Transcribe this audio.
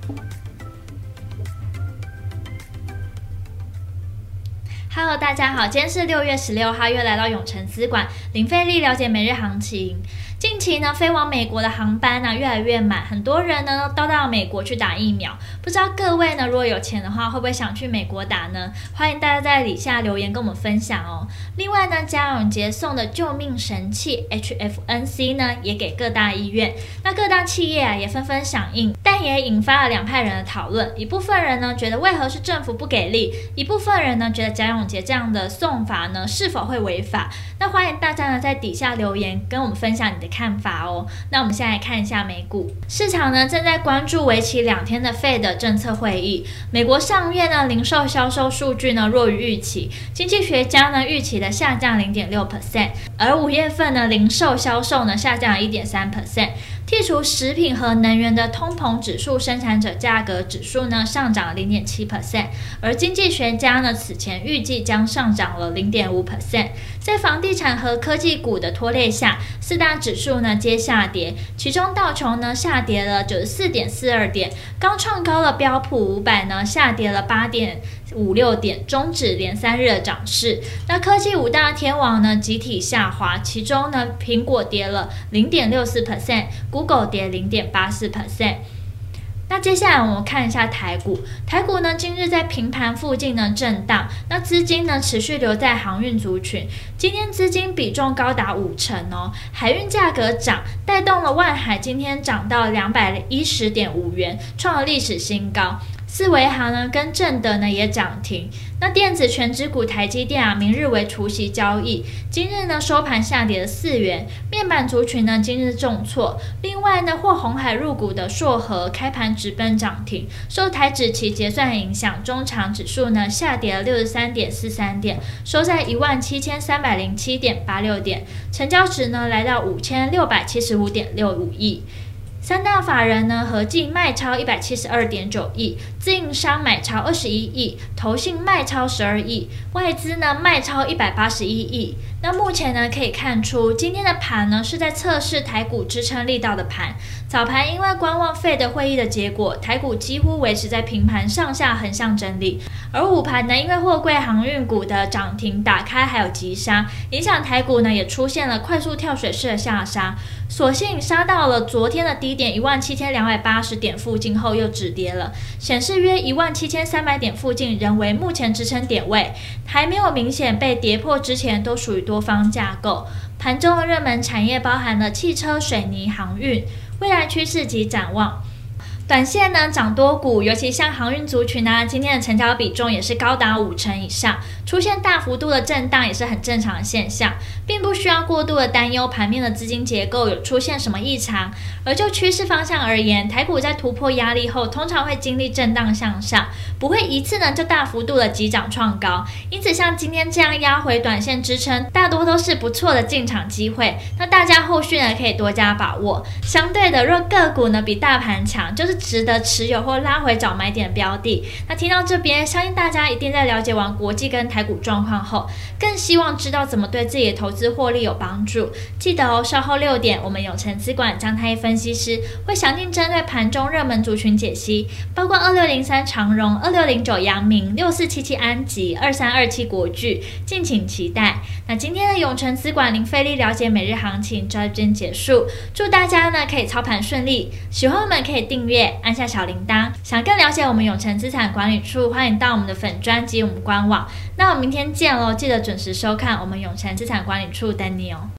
Hello， 大家好，今天是6月16号，又来到永诚资管，零费力了解每日行情。近期呢，飞往美国的航班呢越来越满，很多人呢都到美国去打疫苗。不知道各位呢，如果有钱的话，会不会想去美国打呢？欢迎大家在底下留言跟我们分享哦。另外呢，家永节送的救命神器 HFNC 呢，也给各大医院。那各大企业也纷纷响应，但也引发了两派人的讨论。一部分人呢觉得为何是政府不给力，一部分人呢觉得家永节这样的送法呢是否会违法？那欢迎大家呢在底下留言跟我们分享你的看法哦。那我们现在来看一下美股市场呢，正在关注为期2天的 Fed 政策会议。美国上月呢零售销售数据呢弱于预期，经济学家呢预期的下降 0.6%， 而5月份呢零售销售呢下降了 1.3%。剔除食品和能源的通膨指数生产者价格指数呢上涨了 0.7%， 而经济学家呢此前预计将上涨了 0.5%。 在房地产和科技股的拖累下，四大指数呢皆下跌，其中道琼呢下跌了 94.42 点，刚创高的标普500呢下跌了 8.56 点，终止连3日的涨势。那科技五大天王呢集体下滑，其中呢苹果跌了 0.64%，Google 跌 0.84%。 那接下来我们看一下台股，台股呢今日在平盘附近呢震荡，那资金呢持续留在航运族群，今天资金比重高达50%哦，海运价格涨，带动了万海今天涨到210.5元，创了历史新高。四维航呢跟正德呢也涨停。那电子全指股台积电明日为除息交易，今日呢收盘下跌了4元。面板族群呢今日重挫，另外呢获鸿海入股的硕禾开盘直奔涨停，受台指期结算影响，中场指数呢下跌了 63.43 点，收在 17,307.86 点，成交值呢来到 5,675.65 亿。三大法人呢合计卖超 172.9 亿，自营商买超21亿，投信卖超12亿，外资呢卖超181亿。那目前呢可以看出，今天的盘呢是在测试台股支撑力道的盘。早盘因为观望Fed会议的结果，台股几乎维持在平盘上下横向整理，而午盘呢因为货柜航运股的涨停打开还有急杀，影响台股呢也出现了快速跳水式的下杀，所幸杀到了昨天的低点 17,280 点附近后又止跌了，显示约 17,300 点附近仍为目前支撑点位，还没有明显被跌破之前都属于多方架构。盘中的热门产业包含了汽车、水泥、航运，未来趋势及展望。短线呢涨多股，尤其像航运族群啊，今天的成交比重也是高达50%以上，出现大幅度的震荡也是很正常的现象，并不需要过度的担忧盘面的资金结构有出现什么异常。而就趋势方向而言，台股在突破压力后，通常会经历震荡向上，不会一次呢就大幅度的急涨创高，因此像今天这样压回短线支撑，大多都是不错的进场机会。那大家后续呢可以多加把握。相对的，若个股呢比大盘强，就是值得持有或拉回找买点的标的。那听到这边，相信大家一定在了解完国际跟台股状况后，更希望知道怎么对自己的投资获利有帮助。记得哦，稍后6点，我们永诚资管张太一分析师会详尽针对盘中热门族群解析，包括2603长荣、2609阳明、6477安吉、2327国巨，敬请期待。那今天的永诚资管零费力了解每日行情就到这边结束，祝大家呢可以操盘顺利，喜欢我们可以订阅按下小铃铛，想更了解我们永诚资产管理处，欢迎到我们的粉专及我们官网。那我们明天见喽，记得准时收看我们永诚资产管理处等你哦。